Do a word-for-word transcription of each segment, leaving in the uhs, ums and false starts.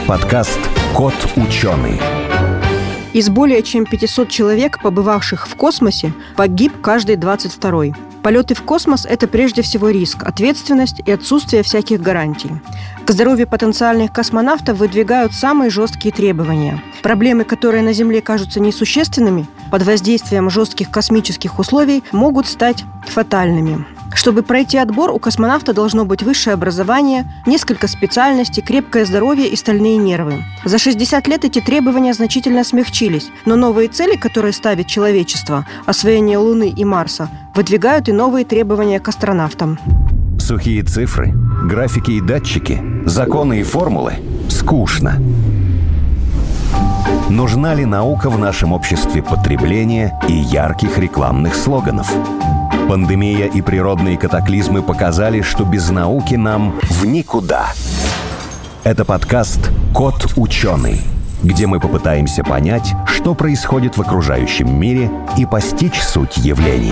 подкаст «Кот ученый». Из более чем пятисот человек, побывавших в космосе, погиб каждый двадцать второй. Полеты в космос – это прежде всего риск, ответственность и отсутствие всяких гарантий. К здоровью потенциальных космонавтов выдвигают самые жесткие требования. Проблемы, которые на Земле кажутся несущественными, под воздействием жестких космических условий могут стать фатальными. Чтобы пройти отбор, у космонавта должно быть высшее образование, несколько специальностей, крепкое здоровье и стальные нервы. За шестьдесят лет эти требования значительно смягчились, но новые цели, которые ставит человечество, освоение Луны и Марса, выдвигают и новые требования к астронавтам. Сухие цифры, графики и датчики, законы и формулы – скучно. Нужна ли наука в нашем обществе потребления и ярких рекламных слоганов? Пандемия и природные катаклизмы показали, что без науки нам в никуда. Это подкаст «Кот ученый», где мы попытаемся понять, что происходит в окружающем мире и постичь суть явлений.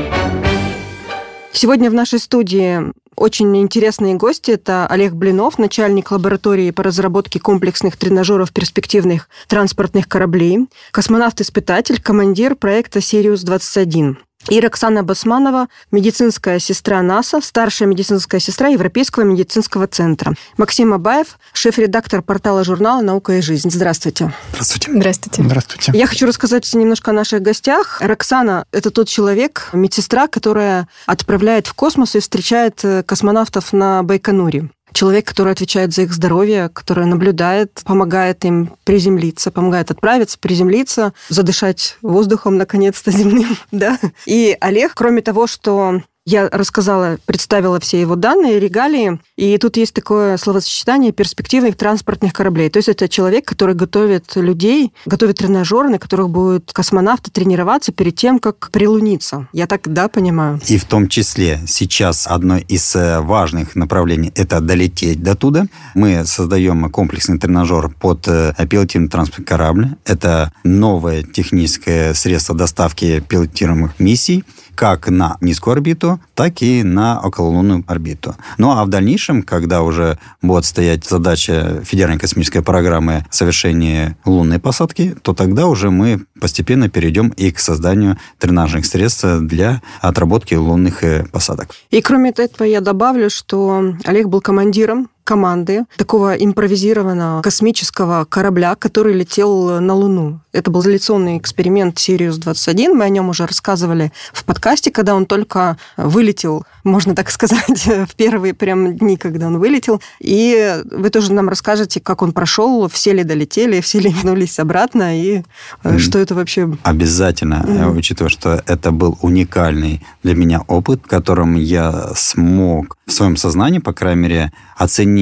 Сегодня в нашей студии очень интересные гости. Это Олег Блинов, начальник лаборатории по разработке комплексных тренажеров перспективных транспортных кораблей, космонавт-испытатель, командир проекта «Сириус двадцать один». И Роксана Басманова, медицинская сестра НАСА, старшая медицинская сестра Европейского медицинского центра. Максим Абаев, шеф-редактор портала журнала «Наука и жизнь». Здравствуйте. Здравствуйте. Здравствуйте. Здравствуйте. Я хочу рассказать немножко о наших гостях. Роксана – это тот человек, медсестра, которая отправляет в космос и встречает космонавтов на Байконуре. Человек, который отвечает за их здоровье, который наблюдает, помогает им приземлиться, помогает отправиться, приземлиться, задышать воздухом, наконец-то, земным. Да? И Олег, кроме того, что я рассказала, представила все его данные, регалии, и тут есть такое словосочетание перспективных транспортных кораблей. То есть это человек, который готовит людей, готовит тренажеры, на которых будут космонавты тренироваться перед тем, как прилуниться. Я так, да, понимаю? И в том числе сейчас одно из важных направлений – это долететь до туда. Мы создаем комплексный тренажер под пилотируемый транспортный корабль. Это новое техническое средство доставки пилотируемых миссий как на низкую орбиту, так и на окололунную орбиту. Ну а в дальнейшем, когда уже будет стоять задача Федеральной космической программы совершения лунной посадки, то тогда уже мы постепенно перейдем и к созданию тренажерных средств для отработки лунных посадок. И кроме этого я добавлю, что Олег был командиром команды такого импровизированного космического корабля, который летел на Луну. Это был изоляционный эксперимент «Сириус двадцать один». Мы о нем уже рассказывали в подкасте, когда он только вылетел, можно так сказать, в первые прям дни, когда он вылетел. И вы тоже нам расскажете, как он прошел, все ли долетели, все ли вернулись обратно, и mm. что это вообще... Обязательно, mm. учитывая, что это был уникальный для меня опыт, в котором я смог в своем сознании, по крайней мере, оценить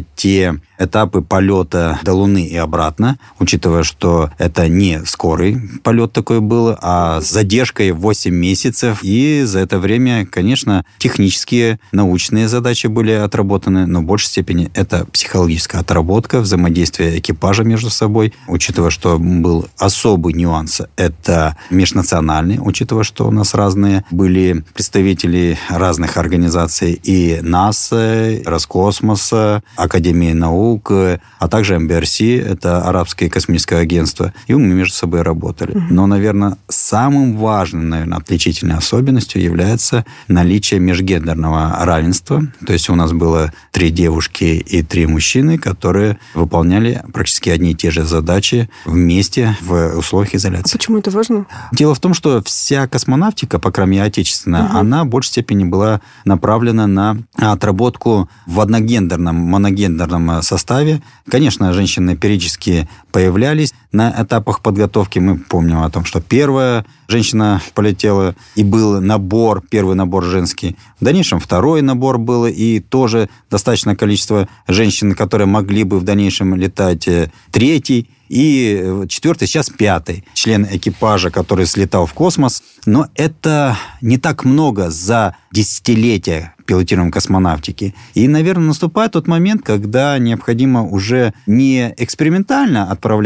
те этапы полета до Луны и обратно, учитывая, что это не скорый полет такой был, а с задержкой восемь месяцев. И за это время, конечно, технические, научные задачи были отработаны, но в большей степени это психологическая отработка, взаимодействие экипажа между собой, учитывая, что был особый нюанс, это межнациональный, учитывая, что у нас разные были представители разных организаций и НАСА, Роскосмоса, Академии наук, а также эм би эр си, это Арабское космическое агентство, и мы между собой работали. Но, наверное, самым важным, наверное, отличительной особенностью является наличие межгендерного равенства. То есть у нас было три девушки и три мужчины, которые выполняли практически одни и те же задачи вместе в условиях изоляции. А почему это важно? Дело в том, что вся космонавтика, по крайней мере, отечественная, угу. она в большей степени была направлена на отработку в одногендерном, моногендерном составе. Конечно, женщины периодически появлялись на этапах подготовки. Мы помним о том, что первая женщина полетела, и был набор, первый набор женский. В дальнейшем второй набор был, и тоже достаточное количество женщин, которые могли бы в дальнейшем летать. Третий. И четвертый, сейчас пятый член экипажа, который слетал в космос. Но это не так много за десятилетия пилотируемой космонавтики. И, наверное, наступает тот момент, когда необходимо уже не экспериментально отправлять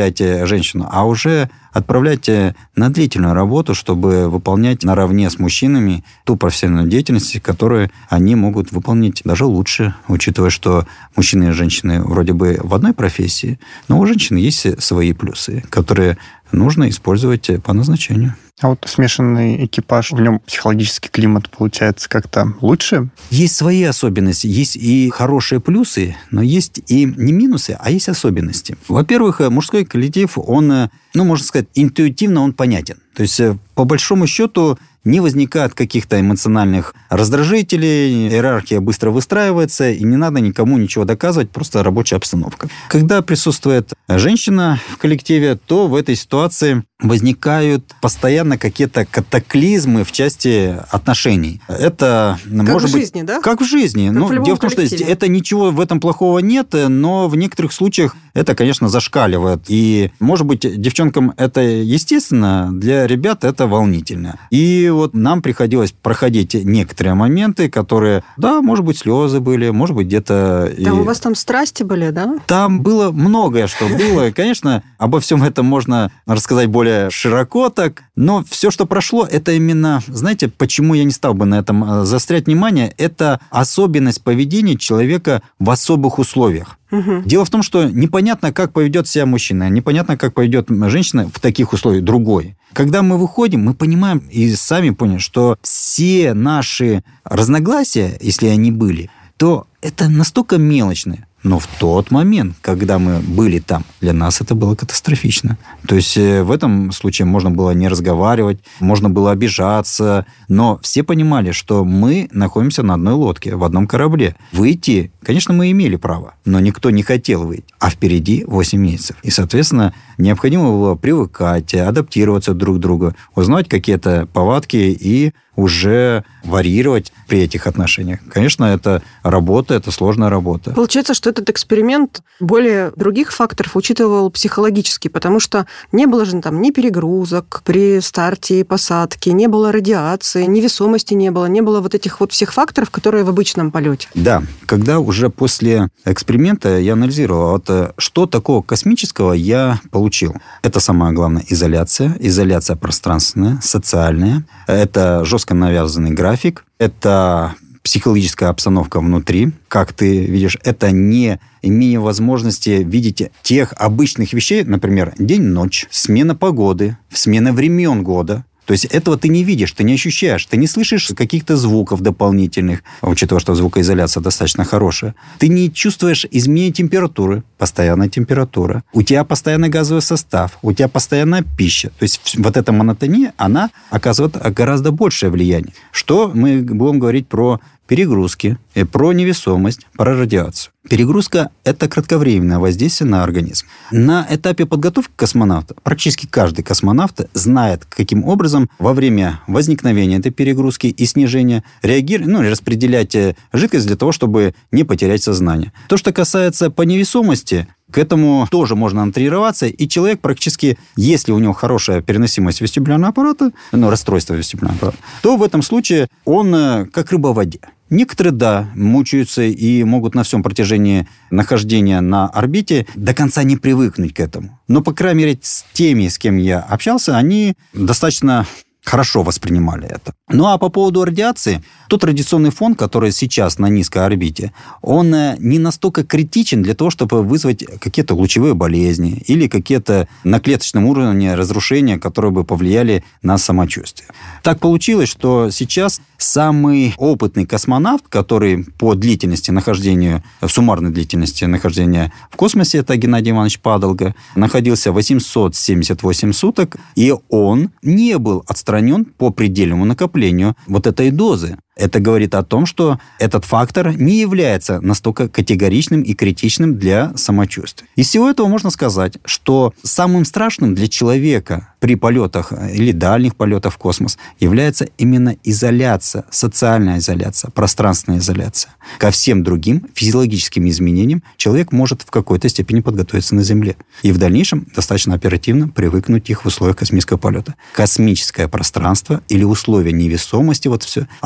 женщину, а уже отправлять на длительную работу, чтобы выполнять наравне с мужчинами ту профессиональную деятельность, которую они могут выполнить даже лучше, учитывая, что мужчины и женщины вроде бы в одной профессии, но у женщин есть свои плюсы, которые нужно использовать по назначению. А вот смешанный экипаж, в нем психологический климат получается как-то лучше? Есть свои особенности. Есть и хорошие плюсы, но есть и не минусы, а есть особенности. Во-первых, мужской коллектив, он, ну, можно сказать, интуитивно он понятен. То есть, по большому счету, не возникает каких-то эмоциональных раздражителей, иерархия быстро выстраивается, и не надо никому ничего доказывать, просто рабочая обстановка. Когда присутствует женщина в коллективе, то в этой ситуации возникают постоянно какие-то катаклизмы в части отношений. Это как может в быть... жизни, да? Как в жизни. Как ну, в любом дело в том, что коллективе. это ничего в этом плохого нет, но в некоторых случаях это, конечно, зашкаливает. И, может быть, девчонкам это естественно, для ребят это волнительно. И вот нам приходилось проходить некоторые моменты, которые, да, может быть, слезы были, может быть, где-то... Да, и... у вас там страсти были, да? Там было многое, что было. И, конечно, обо всем этом можно рассказать более широко так, но все, что прошло, это именно, знаете, почему я не стал бы на этом заострять внимание, это особенность поведения человека в особых условиях. Угу. Дело в том, что непонятно, как поведет себя мужчина, непонятно, как поведет женщина в таких условиях другой. Когда мы выходим, мы понимаем и сами поняли, что все наши разногласия, если они были, то это настолько мелочные. Но в тот момент, когда мы были там, для нас это было катастрофично. То есть в этом случае можно было не разговаривать, можно было обижаться, но все понимали, что мы находимся на одной лодке, в одном корабле. Выйти, конечно, мы имели право, но никто не хотел выйти. А впереди восемь месяцев. И, соответственно, необходимо было привыкать, адаптироваться друг к другу, узнать какие-то повадки и уже варьировать при этих отношениях. Конечно, это работа, это сложная работа. Получается, что этот эксперимент более других факторов учитывал психологически, потому что не было же там ни перегрузок при старте и посадке, не было радиации, невесомости не было, не было вот этих вот всех факторов, которые в обычном полете. Да, когда уже после эксперимента я анализировал, вот что такого космического я получил. Это самое главное изоляция, изоляция пространственная, социальная, это жестко навязанный график, это психологическая обстановка внутри, как ты видишь, это не имение возможности видеть тех обычных вещей, например, день-ночь, смена погоды, смена времен года. То есть этого ты не видишь, ты не ощущаешь, ты не слышишь каких-то звуков дополнительных, учитывая, что звукоизоляция достаточно хорошая. Ты не чувствуешь изменения температуры, постоянная температура. У тебя постоянный газовый состав, у тебя постоянная пища. То есть вот эта монотония, она оказывает гораздо большее влияние. Что мы будем говорить про перегрузки, про невесомость, про радиацию. Перегрузка – это кратковременное воздействие на организм. На этапе подготовки космонавта практически каждый космонавт знает, каким образом во время возникновения этой перегрузки и снижения реагировать, ну, распределять жидкость для того, чтобы не потерять сознание. То, что касается по невесомости, к этому тоже можно натренироваться, и человек практически, если у него хорошая переносимость вестибулярного аппарата, ну, расстройство вестибулярного аппарата, то в этом случае он как рыба в воде. Некоторые, да, мучаются и могут на всем протяжении нахождения на орбите до конца не привыкнуть к этому. Но, по крайней мере, с теми, с кем я общался, они достаточно хорошо воспринимали это. Ну, а по поводу радиации, тот радиационный фон, который сейчас на низкой орбите, он не настолько критичен для того, чтобы вызвать какие-то лучевые болезни или какие-то на клеточном уровне разрушения, которые бы повлияли на самочувствие. Так получилось, что сейчас самый опытный космонавт, который по длительности нахождения, суммарной длительности нахождения в космосе, это Геннадий Иванович Падолга, находился восемьсот семьдесят восемь суток, и он не был отстранен по предельному накоплению вот этой дозы. Это говорит о том, что этот фактор не является настолько категоричным и критичным для самочувствия. Из всего этого можно сказать, что самым страшным для человека при полетах или дальних полетах в космос является именно изоляция, социальная изоляция, пространственная изоляция. Ко всем другим физиологическим изменениям человек может в какой-то степени подготовиться на Земле и в дальнейшем достаточно оперативно привыкнуть их в условиях космического полета. Космическое пространство или условия невесомости, вот все, оно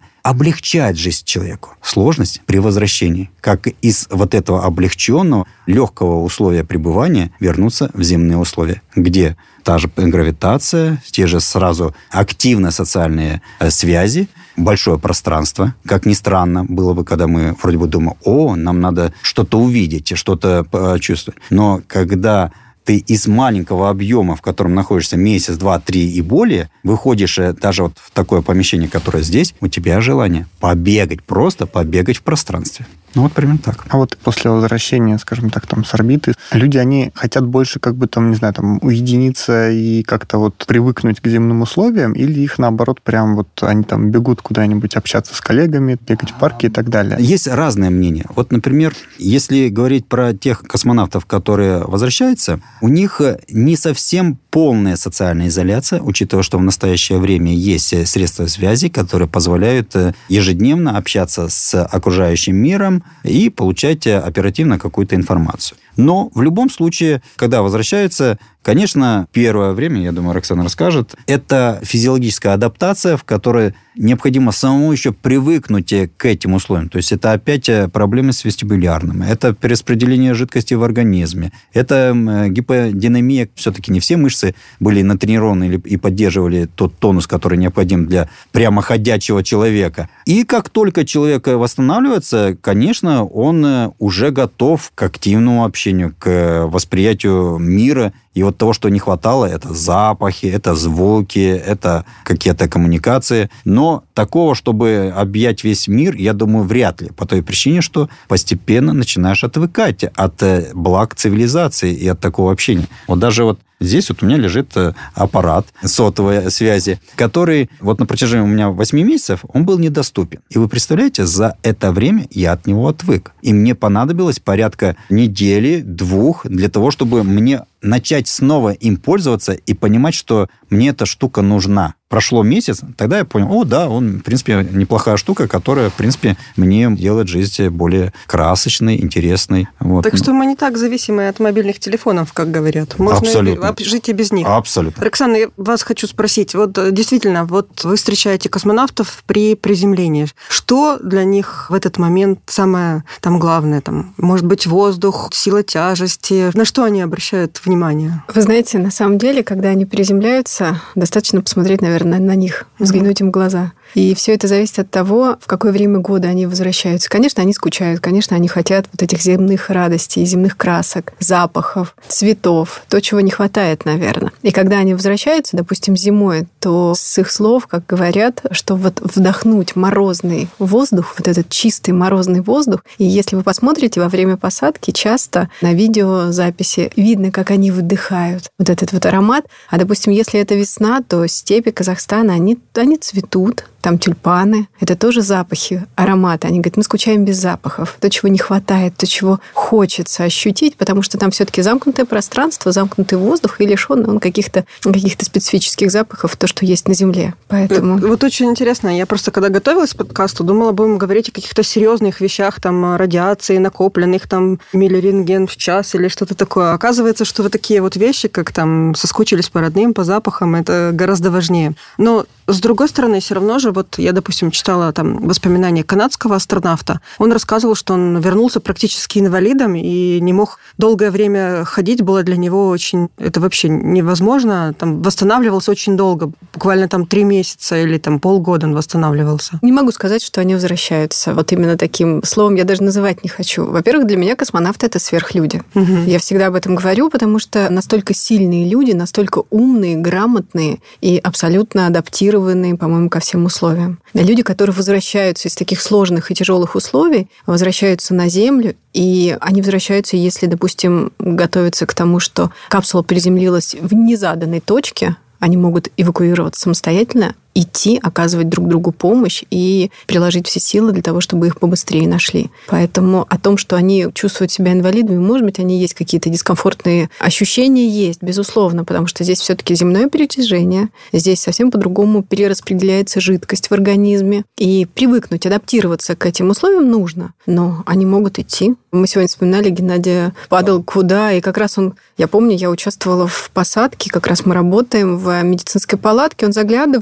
облегчать жизнь человеку. Сложность при возвращении. Как из вот этого облегченного, легкого условия пребывания вернуться в земные условия, где та же гравитация, те же сразу активные социальные связи, большое пространство. Как ни странно было бы, когда мы вроде бы думаем, о, нам надо что-то увидеть, что-то почувствовать. Но когда ты из маленького объема, в котором находишься месяц, два, три и более, выходишь даже вот в такое помещение, которое здесь, у тебя желание побегать, просто побегать в пространстве. Ну, вот примерно так. А вот после возвращения, скажем так, там, с орбиты, люди, они хотят больше, как бы, там, не знаю, там, уединиться и как-то вот привыкнуть к земным условиям, или их, наоборот, прям вот они там бегут куда-нибудь общаться с коллегами, бегать в парке и так далее? Есть разные мнения. Вот, например, если говорить про тех космонавтов, которые возвращаются, у них не совсем полная социальная изоляция, учитывая, что в настоящее время есть средства связи, которые позволяют ежедневно общаться с окружающим миром и получать оперативно какую-то информацию. Но в любом случае, когда возвращаются, конечно, первое время, я думаю, Роксана расскажет, это физиологическая адаптация, в которой необходимо самому еще привыкнуть к этим условиям. То есть это опять проблемы с вестибулярным, это перераспределение жидкости в организме, это гиподинамия. Все-таки не все мышцы были натренированы и поддерживали тот тонус, который необходим для прямоходячего человека. И как только человек восстанавливается, конечно, он уже готов к активному общению, к восприятию мира. И вот того, что не хватало, это запахи, это звуки, это какие-то коммуникации. Но такого, чтобы объять весь мир, я думаю, вряд ли. По той причине, что постепенно начинаешь отвыкать от благ цивилизации и от такого общения. Вот даже вот здесь вот у меня лежит аппарат сотовой связи, который вот на протяжении у меня восьми месяцев он был недоступен. И вы представляете, за это время я от него отвык. И мне понадобилось порядка недели, двух для того, чтобы мне начать снова им пользоваться и понимать, что мне эта штука нужна. Прошло месяц, тогда я понял, о, да, он, в принципе, неплохая штука, которая, в принципе, мне делает жизнь более красочной, интересной. Вот. Так что мы не так зависимы от мобильных телефонов, как говорят. Можно Абсолютно. И жить и без них. Абсолютно. Роксана, я вас хочу спросить. Вот действительно, вот вы встречаете космонавтов при приземлении. Что для них в этот момент самое там главное? Там, может быть, воздух, сила тяжести? На что они обращают внимание? Вы знаете, на самом деле, когда они приземляются, достаточно посмотреть, наверное, на них, взглянуть им в глаза. И все это зависит от того, в какое время года они возвращаются. Конечно, они скучают, конечно, они хотят вот этих земных радостей, земных красок, запахов, цветов, то, чего не хватает, наверное. И когда они возвращаются, допустим, зимой, то с их слов, как говорят, что вот вдохнуть морозный воздух, вот этот чистый морозный воздух, и если вы посмотрите во время посадки, часто на видеозаписи видно, как они выдыхают вот этот вот аромат. А, допустим, если это весна, то степи Казахстана, они, они цветут, там тюльпаны. Это тоже запахи, ароматы. Они говорят, мы скучаем без запахов. То, чего не хватает, то, чего хочется ощутить, потому что там все-таки замкнутое пространство, замкнутый воздух и лишён он каких-то, каких-то специфических запахов, то, что есть на Земле. Поэтому... Вот очень интересно. Я просто, когда готовилась к подкасту, думала, будем говорить о каких-то серьезных вещах, там, радиации, накопленных, там, миллирентген в час или что-то такое. Оказывается, что вот такие вот вещи, как там соскучились по родным, по запахам, это гораздо важнее. Но, с другой стороны, все равно же вот я, допустим, читала там воспоминания канадского астронавта. Он рассказывал, что он вернулся практически инвалидом и не мог долгое время ходить. Было для него очень... Это вообще невозможно. Там восстанавливался очень долго. Буквально там три месяца или там полгода он восстанавливался. Не могу сказать, что они возвращаются. Вот именно таким словом я даже называть не хочу. Во-первых, для меня космонавты — это сверхлюди. Угу. Я всегда об этом говорю, потому что настолько сильные люди, настолько умные, грамотные и абсолютно адаптированные, по-моему, ко всем условиям. Люди, которые возвращаются из таких сложных и тяжелых условий, возвращаются на Землю, и они возвращаются, если, допустим, готовятся к тому, что капсула приземлилась в незаданной точке, они могут эвакуироваться самостоятельно, идти, оказывать друг другу помощь и приложить все силы для того, чтобы их побыстрее нашли. Поэтому о том, что они чувствуют себя инвалидами, может быть, они есть какие-то дискомфортные ощущения, есть, безусловно, потому что здесь все-таки земное перетяжение, здесь совсем по-другому перераспределяется жидкость в организме, и привыкнуть, адаптироваться к этим условиям нужно, но они могут идти. Мы сегодня вспоминали Геннадия Падалкуда, и как раз он, я помню, я участвовала в посадке, как раз мы работаем в медицинской палатке, он заглядывает,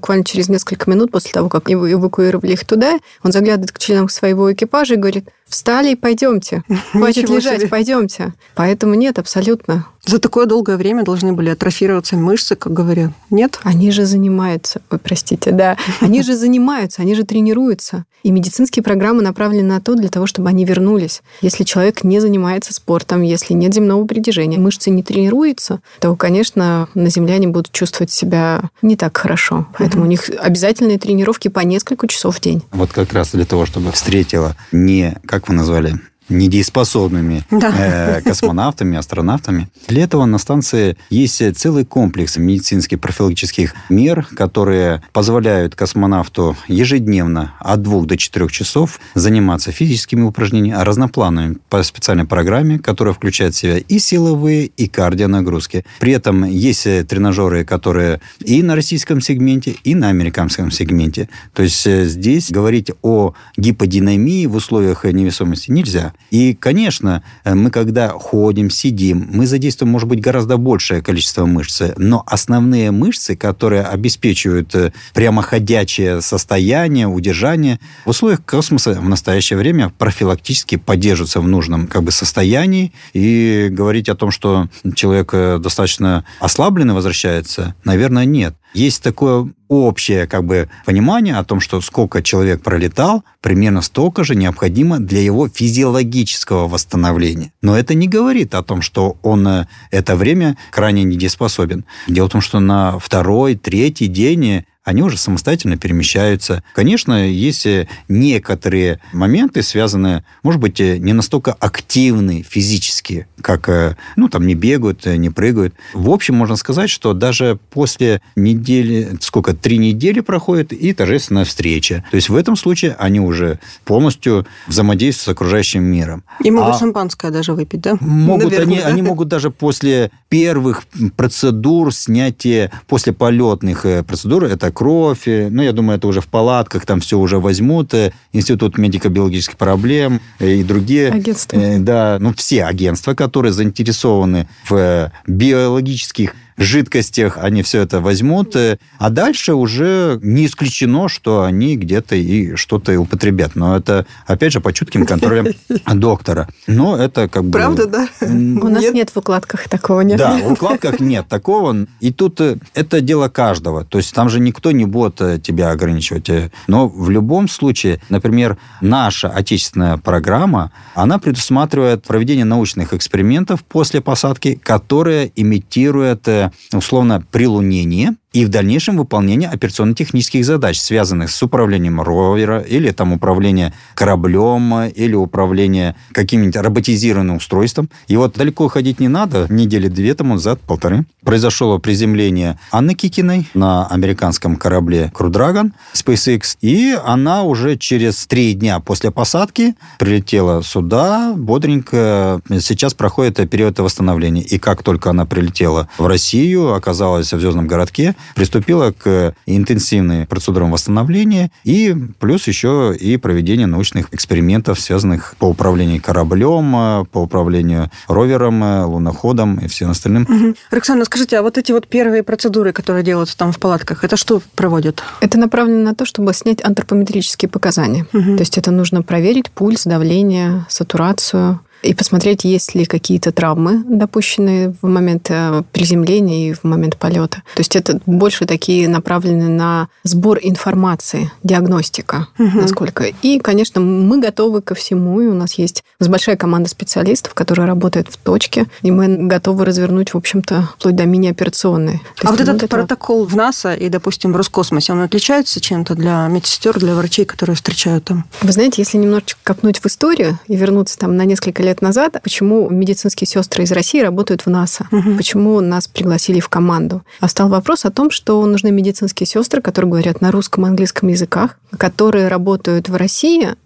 буквально через несколько минут после того, как его эвакуировали их туда, он заглядывает к членам своего экипажа и говорит: встали и пойдемте. Хватит лежать, пойдемте. Поэтому нет, абсолютно. За такое долгое время должны были атрофироваться мышцы, как говорят. Нет? Они же занимаются. Ой, простите, да. Они же занимаются, они же тренируются. И медицинские программы направлены на то, для того, чтобы они вернулись. Если человек не занимается спортом, если нет земного притяжения, мышцы не тренируются, то, конечно, на Земле они будут чувствовать себя не так хорошо. Поэтому mm-hmm. у них обязательные тренировки по несколько часов в день. Вот как раз для того, чтобы встретила не, как вы назвали, недееспособными да. э, космонавтами, астронавтами. Для этого на станции есть целый комплекс медицинских профилактических мер, которые позволяют космонавту ежедневно от двух до четырех часов заниматься физическими упражнениями, разноплановыми по специальной программе, которая включает в себя и силовые, и кардионагрузки. При этом есть тренажеры, которые и на российском сегменте, и на американском сегменте. То есть здесь говорить о гиподинамии в условиях невесомости нельзя. И, конечно, мы когда ходим, сидим, мы задействуем, может быть, гораздо большее количество мышц, но основные мышцы, которые обеспечивают прямоходячее состояние, удержание, в условиях космоса в настоящее время профилактически поддерживаются в нужном как бы состоянии. И говорить о том, что человек достаточно ослабленный возвращается, наверное, нет. Есть такое общее как бы понимание о том, что сколько человек пролетал, примерно столько же необходимо для его физиологического восстановления. Но это не говорит о том, что он это время крайне недееспособен. Дело в том, что на второй, третий день они уже самостоятельно перемещаются. Конечно, есть некоторые моменты, связанные, может быть, не настолько активны физически, как, ну, там, не бегают, не прыгают. В общем, можно сказать, что даже после недели, сколько, три недели проходит, и торжественная встреча. То есть в этом случае они уже полностью взаимодействуют с окружающим миром. И могут а шампанское даже выпить, да? Могут, Наверху, они, да? они могут даже после первых процедур, снятия, после полетных процедур, это кровь, ну, я думаю, это уже в палатках, там все уже возьмут, Институт медико-биологических проблем и другие. Агентства. Да, ну, все агентства, которые заинтересованы в биологических жидкостях, они все это возьмут, а дальше уже не исключено, что они где-то и что-то и употребят. Но это, опять же, по чутким контролям доктора. Но это как бы... Правда, да? У нас нет в укладках такого, нет? Да, в укладках нет такого. И тут это дело каждого. То есть там же никто не будет тебя ограничивать. Но в любом случае, например, наша отечественная программа, она предусматривает проведение научных экспериментов после посадки, которые имитируют условно прилунение и в дальнейшем выполнение операционно-технических задач, связанных с управлением ровера или там управление кораблем или управление каким-нибудь роботизированным устройством. И вот далеко ходить не надо. Недели две тому назад, полторы, произошло приземление Анны Кикиной на американском корабле Crew Dragon SpaceX. И она уже через три дня после посадки прилетела сюда, бодренько. Сейчас проходит период восстановления. И как только она прилетела в Россию, оказалась в звездном городке, приступила к интенсивным процедурам восстановления и плюс еще и проведение научных экспериментов, связанных по управлению кораблем, по управлению ровером, луноходом и всем остальным. Угу. Роксана, скажите, а вот эти вот первые процедуры, которые делаются там в палатках, это что проводят? Это направлено на то, чтобы снять антропометрические показания. Угу. То есть это нужно проверить пульс, давление, сатурацию, и посмотреть, есть ли какие-то травмы, допущенные в момент приземления и в момент полета. То есть это больше такие направлены на сбор информации, диагностика, угу. насколько. И, конечно, мы готовы ко всему, и у нас есть у нас большая команда специалистов, которые работают в точке, и мы готовы развернуть, в общем-то, вплоть до мини-операционной. А вот этот готовы... протокол в НАСА и, допустим, в Роскосмосе, он отличается чем-то для медсестер, для врачей, которые встречают там? Вы знаете, если немножечко копнуть в историю и вернуться там на несколько лет назад, почему медицинские сестры из России работают в НАСА, угу. почему нас пригласили в команду. А стал вопрос о том, что нужны медицинские сестры, которые говорят на русском и английском языках, которые работают в России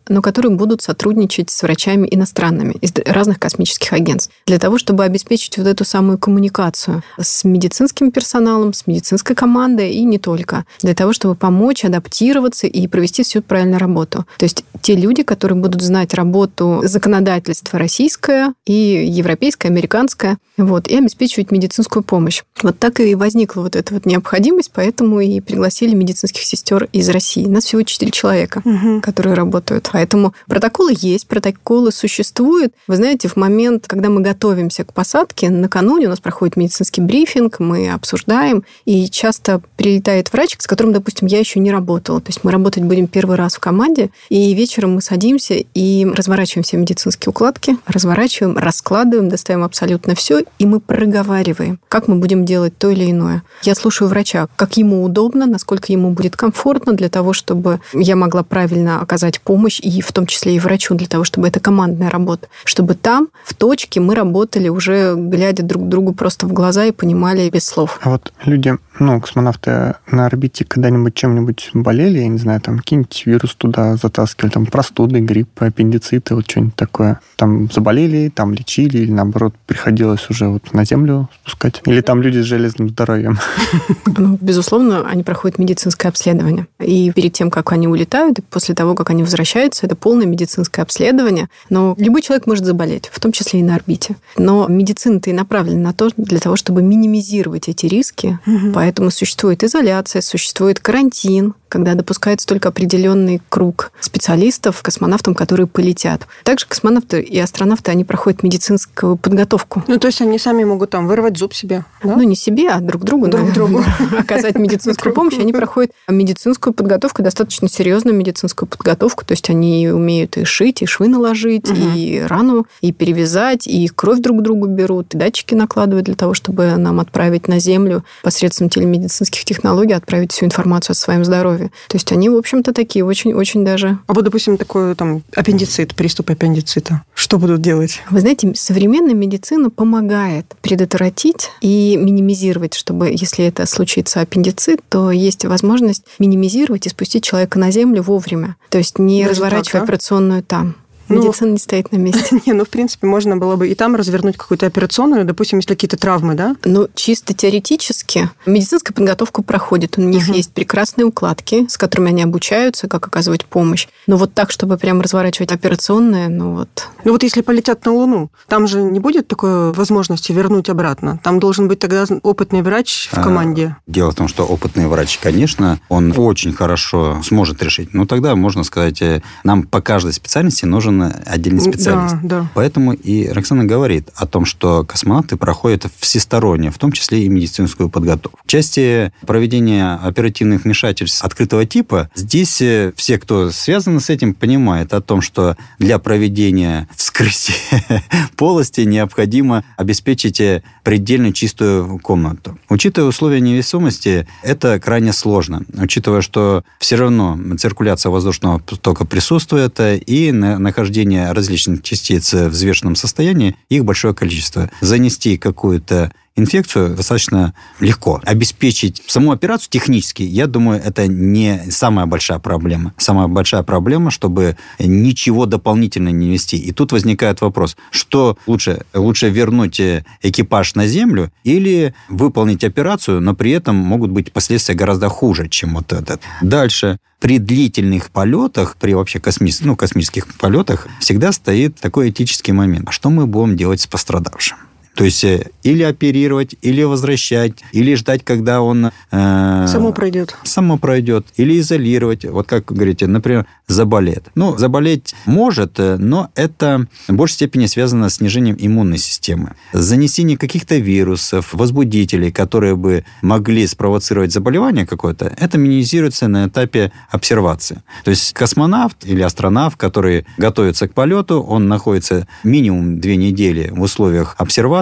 но которые будут сотрудничать с врачами иностранными из разных космических агентств для того, чтобы обеспечить вот эту самую коммуникацию с медицинским персоналом, с медицинской командой и не только, для того, чтобы помочь адаптироваться и провести всю правильную работу. То есть те люди, которые будут знать работу законодательства российское и европейское, американское, вот, и обеспечивать медицинскую помощь. Вот так и возникла вот эта вот необходимость, поэтому и пригласили медицинских сестер из России. У нас всего четыре человека, угу. которые работают. Поэтому протоколы есть, протоколы существуют. Вы знаете, в момент, когда мы готовимся к посадке, накануне у нас проходит медицинский брифинг, мы обсуждаем, и часто прилетает врач, с которым, допустим, я еще не работала. То есть мы работать будем первый раз в команде, и вечером мы садимся и разворачиваем все медицинские укладки, разворачиваем, раскладываем, достаем абсолютно все, и мы проговариваем, как мы будем делать то или иное. Я слушаю врача, как ему удобно, насколько ему будет комфортно для того, чтобы я могла правильно оказать помощь, и в том числе и врачу, для того, чтобы это командная работа. Чтобы там, в точке, мы работали уже, глядя друг другу просто в глаза и понимали без слов. А вот люди, ну, космонавты на орбите когда-нибудь чем-нибудь болели, я не знаю, там, какие-нибудь вирус туда затаскивали, там, простуды, грипп, аппендициты, вот что-нибудь такое. Там заболели, там лечили, или, наоборот, приходилось уже вот на Землю спускать? Или там люди с железным здоровьем? Ну, безусловно, они проходят медицинское обследование. И перед тем, как они улетают, и после того, как они возвращаются, это полное медицинское обследование. Но любой человек может заболеть, в том числе и на орбите. Но медицина-то и направлена на то, для того, чтобы минимизировать эти риски. Угу. Поэтому существует изоляция, существует карантин, когда допускается только определенный круг специалистов, космонавтам, которые полетят. Также космонавты и астронавты, они проходят медицинскую подготовку. Ну, то есть они сами могут там вырвать зуб себе, да? Ну, не себе, а друг другу. Друг другу. Оказать медицинскую помощь. Они проходят медицинскую подготовку, достаточно серьезную медицинскую подготовку. То есть они умеют и шить, и швы наложить, и рану, и перевязать, и кровь друг другу берут, и датчики накладывают для того, чтобы нам отправить на Землю посредством телемедицинских технологий, отправить всю информацию о своем здоровье. То есть они, в общем-то, такие очень-очень даже... А вот, допустим, такой там аппендицит, приступ аппендицита. Что будут делать? Вы знаете, современная медицина помогает предотвратить и минимизировать, чтобы, если это случится аппендицит, то есть возможность минимизировать и спустить человека на Землю вовремя. То есть не Даже разворачивая так, а? операционную там. Медицина ну, не стоит на месте. Не, ну, в принципе, можно было бы и там развернуть какую-то операционную, допустим, если какие-то травмы, да? Ну, чисто теоретически медицинская подготовка проходит. У них uh-huh. есть прекрасные укладки, с которыми они обучаются, как оказывать помощь. Но вот так, чтобы прям разворачивать операционные, ну вот... Ну, вот если полетят на Луну, там же не будет такой возможности вернуть обратно? Там должен быть тогда опытный врач в команде. Дело в том, что опытный врач, конечно, он очень хорошо сможет решить. Но тогда, можно сказать, нам по каждой специальности нужен отдельный специалист. Да, да. Поэтому и Роксана говорит о том, что космонавты проходят всесторонне, в том числе и медицинскую подготовку. В части проведения оперативных вмешательств открытого типа, здесь все, кто связан с этим, понимают о том, что для проведения вскрытия полости необходимо обеспечить предельно чистую комнату. Учитывая условия невесомости, это крайне сложно. Учитывая, что все равно циркуляция воздушного потока присутствует, и нахождение различных частиц в взвешенном состоянии, их большое количество. Занести какую-то инфекцию достаточно легко. Обеспечить саму операцию технически, я думаю, это не самая большая проблема. Самая большая проблема, чтобы ничего дополнительно не вести. И тут возникает вопрос, что лучше? Лучше вернуть экипаж на Землю или выполнить операцию, но при этом могут быть последствия гораздо хуже, чем вот этот. Дальше. При длительных полетах, при вообще космических, ну, космических полетах, всегда стоит такой этический момент. А что мы будем делать с пострадавшим? То есть или оперировать, или возвращать, или ждать, когда он... Э, само пройдет. Само пройдет. Или изолировать. Вот как вы говорите, например, заболеет. Ну, заболеть может, но это в большей степени связано с снижением иммунной системы. Занесение каких-то вирусов, возбудителей, которые бы могли спровоцировать заболевание какое-то, это минимизируется на этапе обсервации. То есть космонавт или астронавт, который готовится к полету, он находится минимум две недели в условиях обсервации,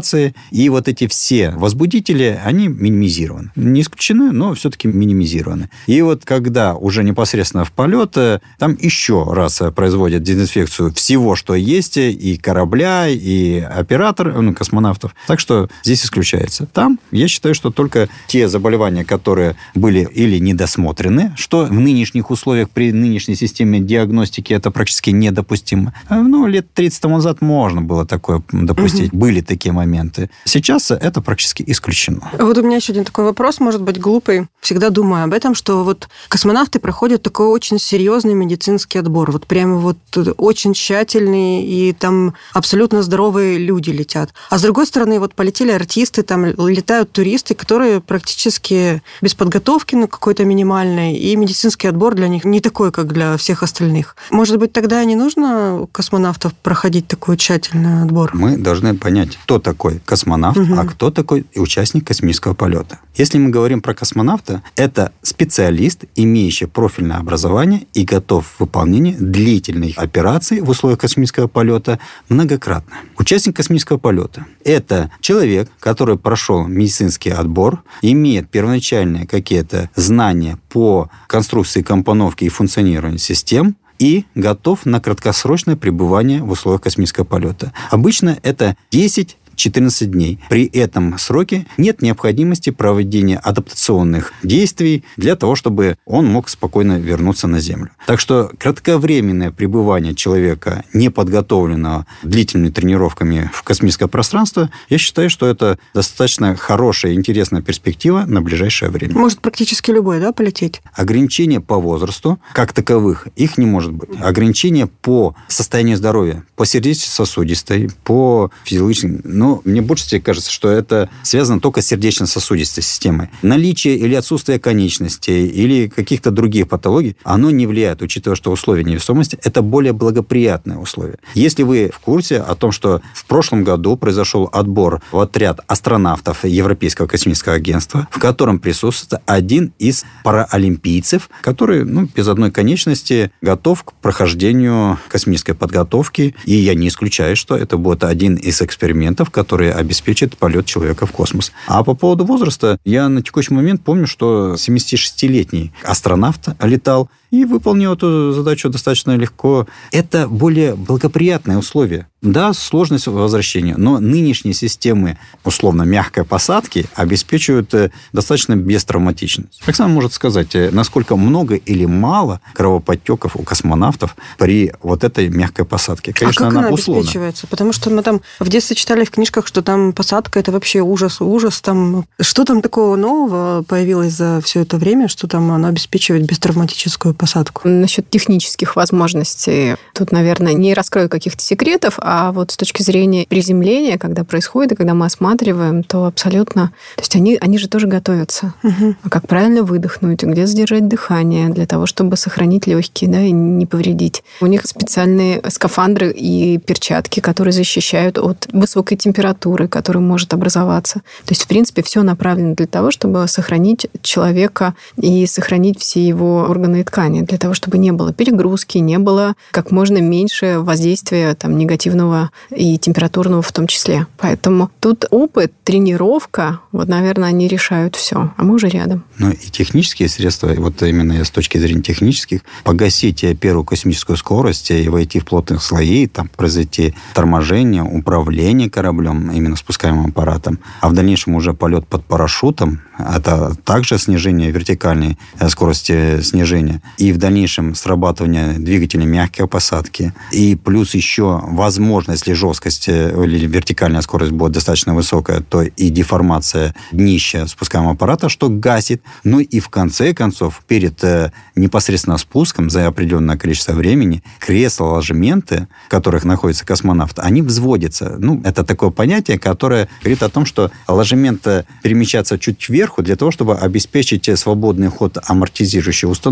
вибрации. И вот эти все возбудители, они минимизированы. Не исключены, но все-таки минимизированы. И вот когда уже непосредственно в полет, там еще раз производят дезинфекцию всего, что есть, и корабля, и оператор, ну, космонавтов. Так что здесь исключается. Там, я считаю, что только те заболевания, которые были или недосмотрены, что в нынешних условиях при нынешней системе диагностики это практически недопустимо. Ну, лет тридцать тому назад можно было такое допустить. Угу. Были такие моменты. Сейчас это практически исключено. Вот у меня еще один такой вопрос, может быть, глупый. Всегда думаю об этом, что вот космонавты проходят такой очень серьезный медицинский отбор. Вот прямо вот очень тщательный, и там абсолютно здоровые люди летят. А с другой стороны, вот полетели артисты, там летают туристы, которые практически без подготовки, ну, какой-то минимальной, и медицинский отбор для них не такой, как для всех остальных. Может быть, тогда не нужно у космонавтов проходить такой тщательный отбор? Мы должны понять, кто такой космонавт, угу. а кто такой участник космического полета. Если мы говорим про космонавта, это специалист, имеющий профильное образование и готов к выполнению длительных операций в условиях космического полета многократно. Участник космического полета – это человек, который прошел медицинский отбор, имеет первоначальные какие-то знания по конструкции, компоновке и функционированию систем, и готов на краткосрочное пребывание в условиях космического полета. Обычно это десять четырнадцать дней. При этом сроке нет необходимости проведения адаптационных действий для того, чтобы он мог спокойно вернуться на Землю. Так что кратковременное пребывание человека, неподготовленного длительными тренировками в космическое пространство, я считаю, что это достаточно хорошая и интересная перспектива на ближайшее время. Может практически любой, да, полететь? Ограничения по возрасту, как таковых, их не может быть. Ограничения по состоянию здоровья, по сердечно-сосудистой, по физиологическим. Но мне больше всего кажется, что это связано только с сердечно-сосудистой системой. Наличие или отсутствие конечностей или каких-то других патологий, оно не влияет, учитывая, что условия невесомости – это более благоприятные условия. Если вы в курсе о том, что в прошлом году произошел отбор в отряд астронавтов Европейского космического агентства, в котором присутствует один из паралимпийцев, который, ну, без одной конечности готов к прохождению космической подготовки. И я не исключаю, что это будет один из экспериментов, которые обеспечат полет человека в космос. А по поводу возраста, я на текущий момент помню, что семидесятишестилетний астронавт летал и выполнил эту задачу достаточно легко. Это более благоприятные условия. Да, сложность возвращения, но нынешние системы условно мягкой посадки обеспечивают достаточно бестравматичность. Оксана может сказать, насколько много или мало кровоподтеков у космонавтов при вот этой мягкой посадке. Конечно, а как она, она условно обеспечивается? Потому что мы там в детстве читали в книжках, что там посадка – это вообще ужас, ужас. Там... Что там такого нового появилось за все это время, что там она обеспечивает бестравматическую посадку? Насчет технических возможностей, тут, наверное, не раскрою каких-то секретов, а вот с точки зрения приземления, когда происходит, и когда мы осматриваем, то абсолютно... То есть они, они же тоже готовятся. Угу. Как правильно выдохнуть, где задержать дыхание для того, чтобы сохранить легкие, да, и не повредить. У них специальные скафандры и перчатки, которые защищают от высокой температуры, которая может образоваться. То есть, в принципе, все направлено для того, чтобы сохранить человека и сохранить все его органы и ткани, для того, чтобы не было перегрузки, не было как можно меньше воздействия там, негативного и температурного в том числе. Поэтому тут опыт, тренировка, вот, наверное, они решают все, а мы уже рядом. Ну и технические средства, вот именно с точки зрения технических, погасить первую космическую скорость и войти в плотных слои, там произойти торможение, управление кораблем, именно спускаемым аппаратом, а в дальнейшем уже полет под парашютом, это также снижение вертикальной скорости снижения, и в дальнейшем срабатывание двигателя мягкой посадки, и плюс еще возможность, если жесткость или вертикальная скорость будет достаточно высокая, то и деформация днища спускаемого аппарата, что гасит. Ну и в конце концов, перед непосредственно спуском за определенное количество времени кресла-ложементы, в которых находится космонавт, они взводятся. Ну, это такое понятие, которое говорит о том, что ложемент перемещается чуть вверху для того, чтобы обеспечить свободный ход амортизирующей установки,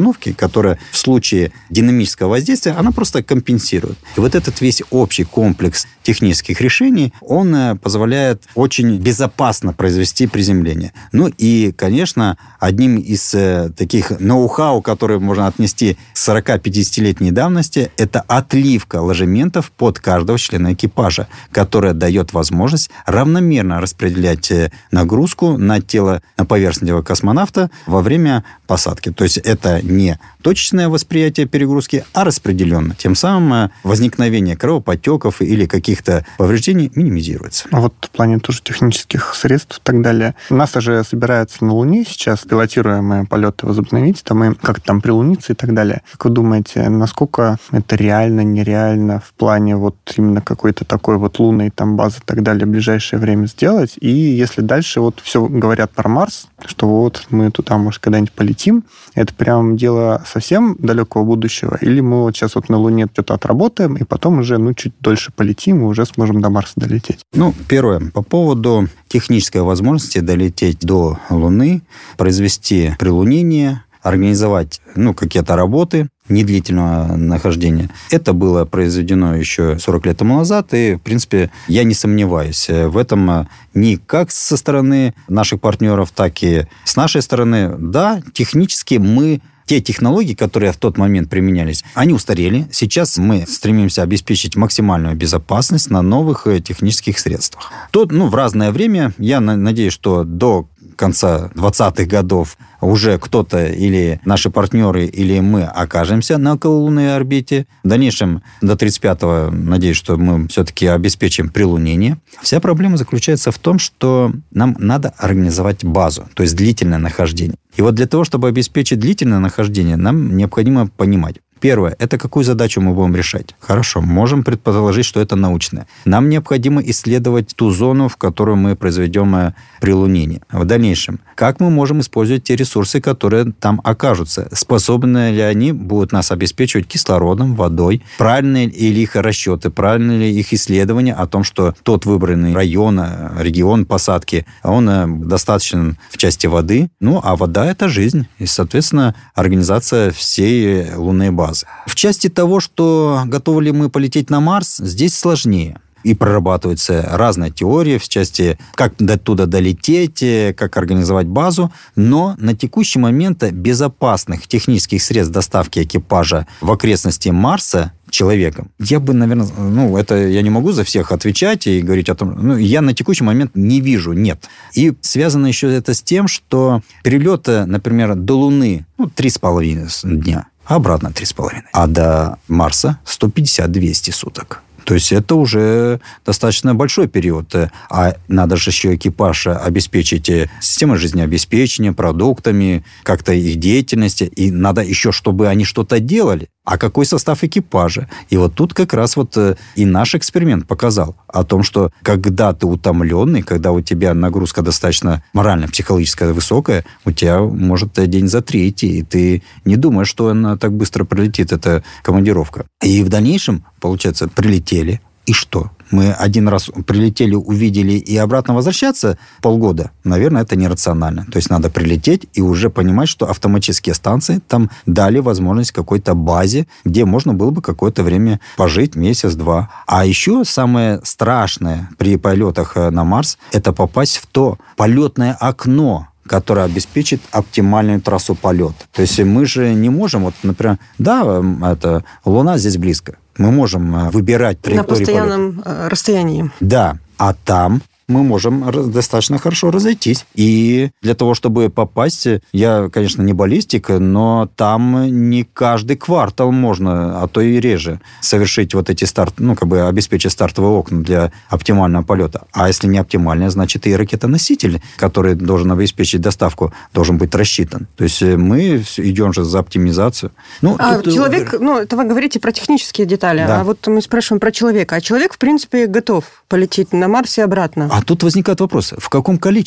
которая в случае динамического воздействия, она просто компенсирует. И вот этот весь общий комплекс технических решений, он позволяет очень безопасно произвести приземление. Ну и, конечно, одним из таких ноу-хау, которые можно отнести к сорок-пятидесятилетней давности, это отливка ложементов под каждого члена экипажа, которая дает возможность равномерно распределять нагрузку на тело, на поверхность космонавта во время посадки. То есть это не точечное восприятие перегрузки, а распределенно. Тем самым возникновение кровоподтеков или каких-то повреждений минимизируется. А вот в плане тоже технических средств и так далее. НАСА же собирается на Луне сейчас, пилотируемые полеты возобновить, там и как там прилуниться и так далее. Как вы думаете, насколько это реально, нереально в плане вот именно какой-то такой вот лунной там базы и так далее в ближайшее время сделать? И если дальше вот все говорят про Марс, что вот мы туда, может, когда-нибудь полетим, это прям дело совсем далекого будущего, или мы вот сейчас вот на Луне что-то отработаем, и потом уже, ну, чуть дольше полетим, и уже сможем до Марса долететь? Ну, первое, по поводу технической возможности долететь до Луны, произвести прилунение, организовать, ну, какие-то работы недлительного нахождения. Это было произведено еще сорок лет тому назад, и, в принципе, я не сомневаюсь в этом ни как со стороны наших партнеров, так и с нашей стороны. Да, технически мы те технологии, которые в тот момент применялись, они устарели. Сейчас мы стремимся обеспечить максимальную безопасность на новых технических средствах. Тут, ну, в разное время, я надеюсь, что до конца двадцатых годов уже кто-то или наши партнеры, или мы окажемся на окололунной орбите. В дальнейшем, до тридцать пятого, надеюсь, что мы все-таки обеспечим прилунение. Вся проблема заключается в том, что нам надо организовать базу, то есть длительное нахождение. И вот для того, чтобы обеспечить длительное нахождение, нам необходимо понимать. Первое, это какую задачу мы будем решать. Хорошо, можем предположить, что это научное. Нам необходимо исследовать ту зону, в которую мы произведем прилунение. В дальнейшем, как мы можем использовать те ресурсы, которые там окажутся? Способны ли они будут нас обеспечивать кислородом, водой? Правильные ли их расчеты, правильные ли их исследования о том, что тот выбранный район, регион посадки, он достаточен в части воды? Ну, а вода – это жизнь. И, соответственно, организация всей лунной базы. В части того, что готовы ли мы полететь на Марс, здесь сложнее. И прорабатываются разные теории в части, как до туда долететь, как организовать базу. Но на текущий момент безопасных технических средств доставки экипажа в окрестности Марса человеком. Я бы, наверное, ну, это я не могу за всех отвечать и говорить о том, ну, я на текущий момент не вижу, нет. И связано еще это с тем, что перелеты, например, до Луны, ну, три с половиной дня, а обратно три с половиной. А до Марса сто пятьдесят - двести суток. То есть это уже достаточно большой период. А надо же еще экипаж обеспечить системой жизнеобеспечения, продуктами, как-то их деятельности. И надо еще, чтобы они что-то делали. А какой состав экипажа? И вот тут как раз вот и наш эксперимент показал о том, что когда ты утомленный, когда у тебя нагрузка достаточно морально-психологическая высокая, у тебя может день за три идти, и ты не думаешь, что она так быстро пролетит, эта командировка. И в дальнейшем, получается, прилетели, и что? Мы один раз прилетели, увидели и обратно возвращаться полгода, наверное, это нерационально. То есть надо прилететь и уже понимать, что автоматические станции там дали возможность какой-то базе, где можно было бы какое-то время пожить, месяц-два. А еще самое страшное при полетах на Марс – это попасть в то полетное окно, которая обеспечит оптимальную трассу полета. То есть мы же не можем, вот, например, да, это Луна здесь близко. Мы можем выбирать траекторию полета. На постоянном полета. Расстоянии. Да, а там мы можем достаточно хорошо разойтись. И для того, чтобы попасть, я, конечно, не баллистик, но там не каждый квартал можно, а то и реже, совершить вот эти старт, ну, как бы обеспечить стартовые окна для оптимального полета. А если не оптимальное, значит, и ракетоноситель, который должен обеспечить доставку, должен быть рассчитан. То есть мы идем же за оптимизацию. Ну, а тут... человек, ну, это вы говорите про технические детали, да. А вот мы спрашиваем про человека. А человек, в принципе, готов полететь на Марс и обратно. А тут возникает вопрос, в каком количестве?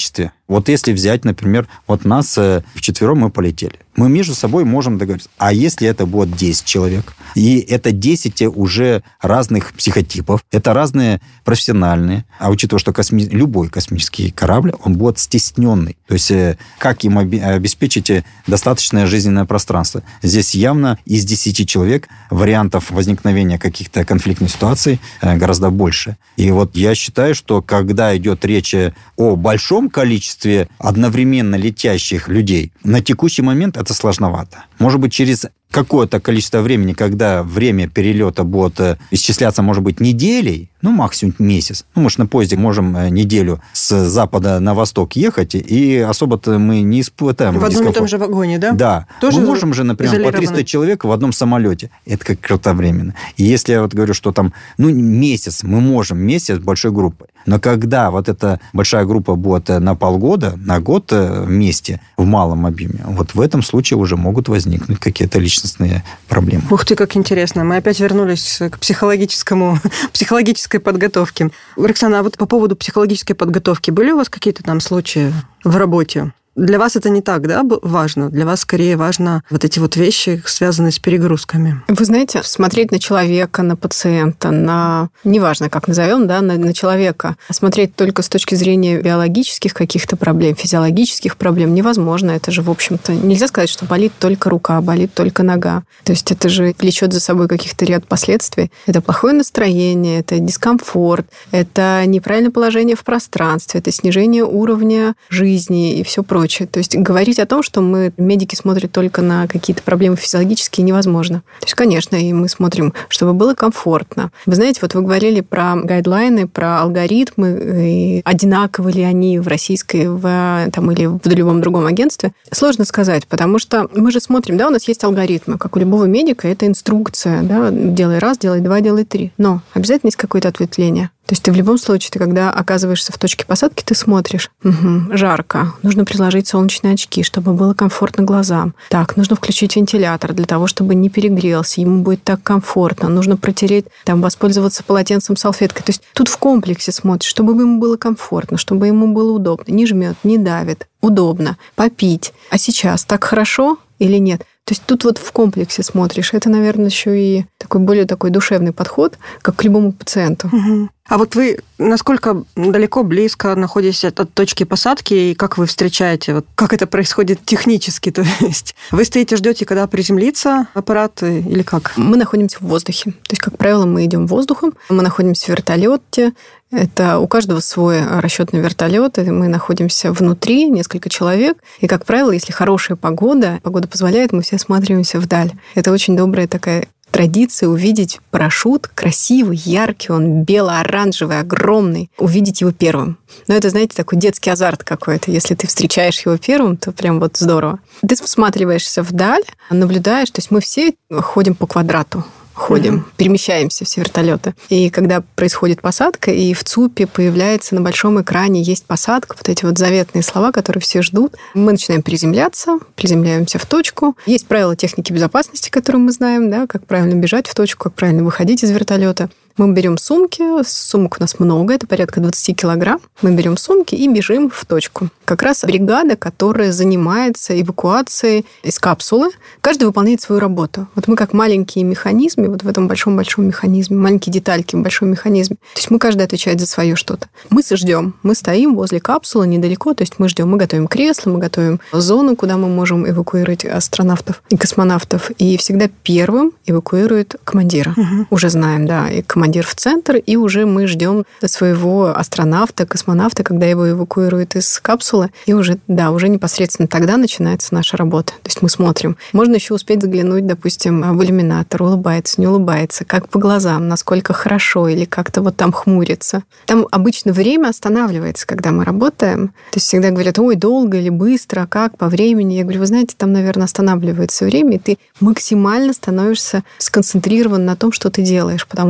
Вот если взять, например, вот нас вчетвером мы полетели. Мы между собой можем договориться. А если это будет десять человек? И это десять уже разных психотипов, это разные профессиональные. А учитывая, что косми... любой космический корабль, он будет стесненный. То есть как им обеспечить достаточное жизненное пространство? Здесь явно из десяти человек вариантов возникновения каких-то конфликтных ситуаций гораздо больше. И вот я считаю, что когда идет речь о большом количестве одновременно летящих людей, на текущий момент это сложновато. Может быть, через какое-то количество времени, когда время перелета будет исчисляться, может быть, неделей, ну, максимум месяц. Ну, мы же на поезде можем неделю с запада на восток ехать, и особо-то мы не испытаем в одном и том же вагоне, да? Да. Тоже мы можем же, например, по триста человек в одном самолете. Это как кратковременно. И если я вот говорю, что там, ну, месяц, мы можем месяц большой группой. Но когда вот эта большая группа будет на полгода, на год вместе в малом объеме, вот в этом случае уже могут возникнуть какие-то личностные проблемы. Ух ты, как интересно. Мы опять вернулись к психологическому, психологической подготовке. Роксана, а вот по поводу психологической подготовки, были у вас какие-то там случаи в работе? Для вас это не так, да, важно? Для вас скорее важно вот эти вот вещи, связанные с перегрузками. Вы знаете, смотреть на человека, на пациента, на... Неважно, как назовем, да, на, на человека. Смотреть только с точки зрения биологических каких-то проблем, физиологических проблем невозможно. Это же, в общем-то, нельзя сказать, что болит только рука, болит только нога. То есть это же влечет за собой каких-то ряд последствий. Это плохое настроение, это дискомфорт, это неправильное положение в пространстве, это снижение уровня жизни и все прочее. То есть говорить о том, что мы, медики, смотрят только на какие-то проблемы физиологические, невозможно. То есть, конечно, и мы смотрим, чтобы было комфортно. Вы знаете, вот вы говорили про гайдлайны, про алгоритмы, и одинаковы ли они в российской в, там, или в любом другом агентстве. Сложно сказать, потому что мы же смотрим, да, у нас есть алгоритмы, как у любого медика, это инструкция, да, делай раз, делай два, делай три. Но обязательно есть какое-то ответвление. То есть ты в любом случае, ты когда оказываешься в точке посадки, ты смотришь. Угу, жарко. Нужно приложить солнечные очки, чтобы было комфортно глазам. Так, нужно включить вентилятор для того, чтобы не перегрелся. Ему будет так комфортно. Нужно протереть, там, воспользоваться полотенцем, салфеткой. То есть тут в комплексе смотришь, чтобы ему было комфортно, чтобы ему было удобно. Не жмет, не давит. Удобно. Попить. А сейчас так хорошо или нет? То есть тут вот в комплексе смотришь. Это, наверное, еще и такой более такой душевный подход, как к любому пациенту. Угу. А вот вы насколько далеко, близко находитесь от точки посадки, и как вы встречаете, вот как это происходит технически? То есть вы стоите, ждете, когда приземлится аппарат, или как? Мы находимся в воздухе. То есть, как правило, мы идем воздухом, мы находимся в вертолете. Это у каждого свой расчетный вертолет, и мы находимся внутри, несколько человек. И, как правило, если хорошая погода, погода позволяет, мы все осматриваемся вдаль. Это очень добрая такая традиция увидеть парашют, красивый, яркий, он бело-оранжевый, огромный, увидеть его первым. Но это, знаете, такой детский азарт какой-то. Если ты встречаешь его первым, то прям вот здорово. Ты всматриваешься вдаль, наблюдаешь, то есть мы все ходим по квадрату. Ходим, mm-hmm. перемещаемся, все вертолеты. И когда происходит посадка, и в ЦУПе появляется на большом экране есть посадка, вот эти вот заветные слова, которые все ждут, мы начинаем приземляться, приземляемся в точку. Есть правила техники безопасности, которые мы знаем, да, как правильно бежать в точку, как правильно выходить из вертолета. Мы берем сумки, сумок у нас много, это порядка двадцать килограмм. Мы берем сумки и бежим в точку. Как раз бригада, которая занимается эвакуацией из капсулы, каждый выполняет свою работу. Вот мы как маленькие механизмы, вот в этом большом-большом механизме, маленькие детальки в большом механизме. То есть мы каждый отвечает за свое что-то. Мы ждем, мы стоим возле капсулы недалеко, то есть мы ждем, мы готовим кресло, мы готовим зону, куда мы можем эвакуировать астронавтов и космонавтов. И всегда первым эвакуирует командира. Угу. Уже знаем, да, и командир командир в центр, и уже мы ждем своего астронавта, космонавта, когда его эвакуируют из капсулы, и уже, да, уже непосредственно тогда начинается наша работа. То есть мы смотрим. Можно еще успеть заглянуть, допустим, в иллюминатор, улыбается, не улыбается, как по глазам, насколько хорошо, или как-то вот там хмурится. Там обычно время останавливается, когда мы работаем. То есть всегда говорят, ой, долго или быстро, как, по времени. Я говорю, вы знаете, там, наверное, останавливается время, и ты максимально становишься сконцентрирован на том, что ты делаешь, потому что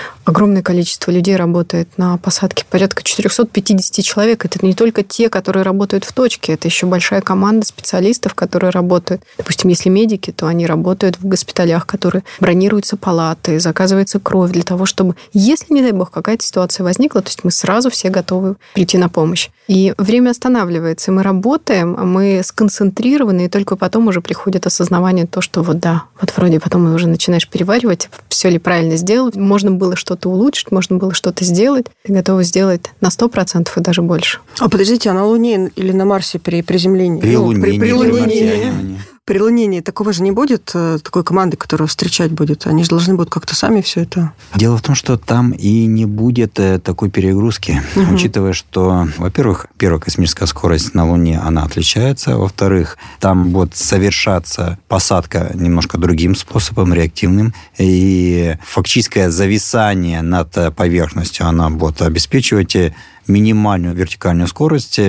огромное количество людей работает на посадке. Порядка четыреста пятьдесят человек. Это не только те, которые работают в точке, это еще большая команда специалистов, которые работают. Допустим, если медики, то они работают в госпиталях, которые бронируются палаты, заказывается кровь для того, чтобы, если, не дай бог, какая-то ситуация возникла, то есть мы сразу все готовы прийти на помощь. И время останавливается, мы работаем, мы сконцентрированы, и только потом уже приходит осознавание то, что вот да, вот вроде потом уже начинаешь переваривать, все ли правильно сделал, можно было что-то улучшить, можно было что-то сделать, ты готова сделать на сто процентов и даже больше. А подождите, а на Луне или на Марсе при приземлении? При ну, Луне. При, при Луне. При Луне такого же не будет, такой команды, которая встречать будет? Они же должны будут как-то сами все это... Дело в том, что там и не будет такой перегрузки, угу. учитывая, что, во-первых, первая космическая скорость на Луне, она отличается, во-вторых, там будет совершаться посадка немножко другим способом, реактивным, и фактическое зависание над поверхностью она будет обеспечивать минимальную вертикальную скорость,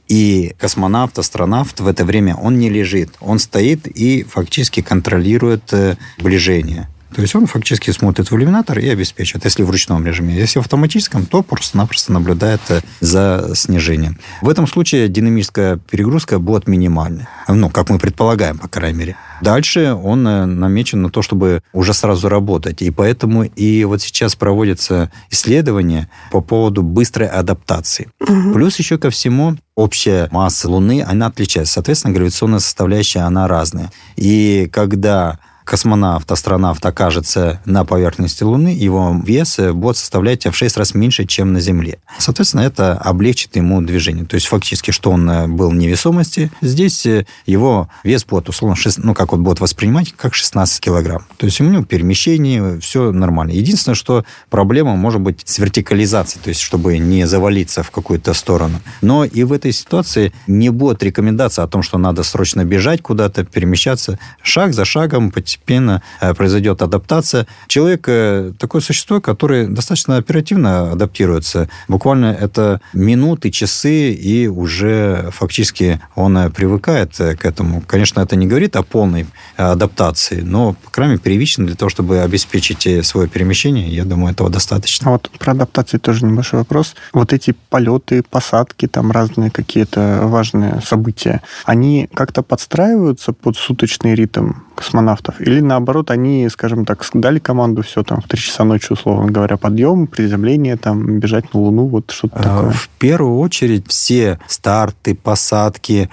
и космонавт, астронавт в это время, он не лежит, он стоит и фактически контролирует сближение. То есть он фактически смотрит в иллюминатор и обеспечивает, если в ручном режиме. Если в автоматическом, то просто-напросто наблюдает за снижением. В этом случае динамическая перегрузка будет минимальной. Ну, как мы предполагаем, по крайней мере. Дальше он намечен на то, чтобы уже сразу работать. И поэтому и вот сейчас проводятся исследования по поводу быстрой адаптации. Угу. Плюс еще ко всему общая масса Луны, она отличается. Соответственно, гравитационная составляющая, она разная. И когда космонавт, астронавт окажется на поверхности Луны, его вес будет составлять в шесть раз меньше, чем на Земле. Соответственно, это облегчит ему движение. То есть, фактически, что он был в невесомости, здесь его вес будет, условно, шесть, ну, как он будет воспринимать, как шестнадцать килограмм. То есть, у него перемещение, все нормально. Единственное, что проблема может быть с вертикализацией, то есть, чтобы не завалиться в какую-то сторону. Но и в этой ситуации не будет рекомендации о том, что надо срочно бежать куда-то, перемещаться. Шаг за шагом, постепенно произойдет адаптация. Человек такое существо, которое достаточно оперативно адаптируется. Буквально это минуты, часы, и уже фактически он привыкает к этому. Конечно, это не говорит о полной адаптации, но, по крайней мере, первично для того, чтобы обеспечить свое перемещение, я думаю, этого достаточно. А вот про адаптацию тоже небольшой вопрос. Вот эти полеты, посадки, там разные какие-то важные события, они как-то подстраиваются под суточный ритм космонавтов? Или, наоборот, они, скажем так, дали команду, все, там, в три часа ночи, условно говоря, подъем, приземление, там, бежать на Луну, вот что-то такое? В первую очередь все старты, посадки,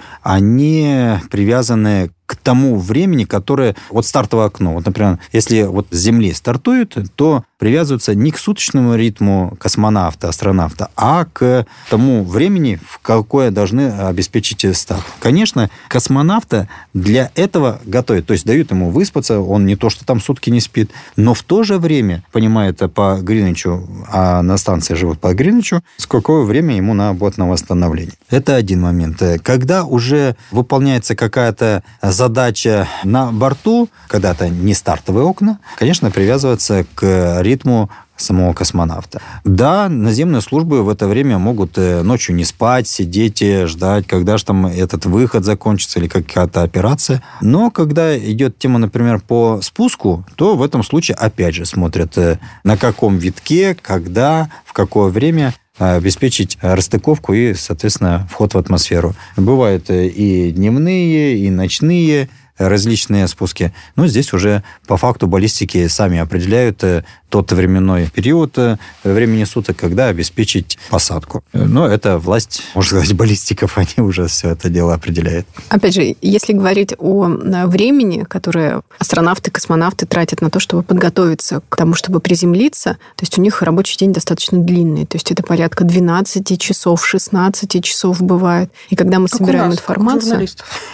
они привязаны к тому времени, которое... Вот стартовое окно. Вот, например, если вот с Земли стартуют, то привязываются не к суточному ритму космонавта, астронавта, а к тому времени, в какое должны обеспечить старт. Конечно, космонавта для этого готовят. То есть дают ему выспаться, он не то, что там сутки не спит, но в то же время, понимая это по Гринвичу, а на станции живут по Гринвичу, с какое время ему надо будет на восстановление. Это один момент. Когда уже выполняется какая-то задача на борту, когда-то не стартовые окна, конечно, привязываться к ритму самого космонавта. Да, наземные службы в это время могут ночью не спать, сидеть и ждать, когда же там этот выход закончится или какая-то операция. Но когда идет тема, например, по спуску, то в этом случае опять же смотрят, на каком витке, когда, в какое время обеспечить расстыковку и, соответственно, вход в атмосферу. Бывают и дневные, и ночные различные спуски. Но здесь уже по факту баллистики сами определяют тот временной период времени суток, когда обеспечить посадку. Но это власть, можно сказать, баллистиков, они уже все это дело определяют. Опять же, если говорить о времени, которое астронавты, космонавты тратят на то, чтобы подготовиться к тому, чтобы приземлиться, то есть у них рабочий день достаточно длинный, то есть это порядка двенадцать часов, шестнадцать часов бывает. И когда мы как собираем информацию...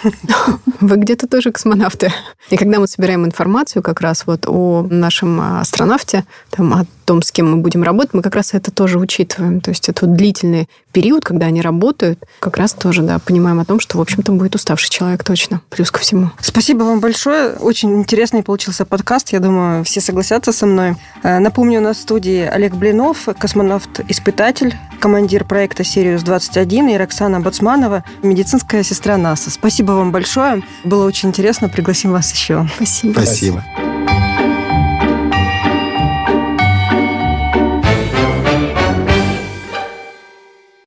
Вы где-то тоже космонавты. И когда мы собираем информацию как раз вот о нашем астронавте, там, о том, с кем мы будем работать, мы как раз это тоже учитываем. То есть это вот длительный период, когда они работают, как раз тоже, да, понимаем о том, что, в общем-то, будет уставший человек точно, плюс ко всему. Спасибо вам большое. Очень интересный получился подкаст. Я думаю, все согласятся со мной. Напомню, у нас в студии Олег Блинов, космонавт-испытатель, командир проекта «Сириус двадцать один», и Роксана Боцманова, медицинская сестра НАСА. Спасибо вам большое. Было очень интересно. Пригласим вас еще. Спасибо. Спасибо.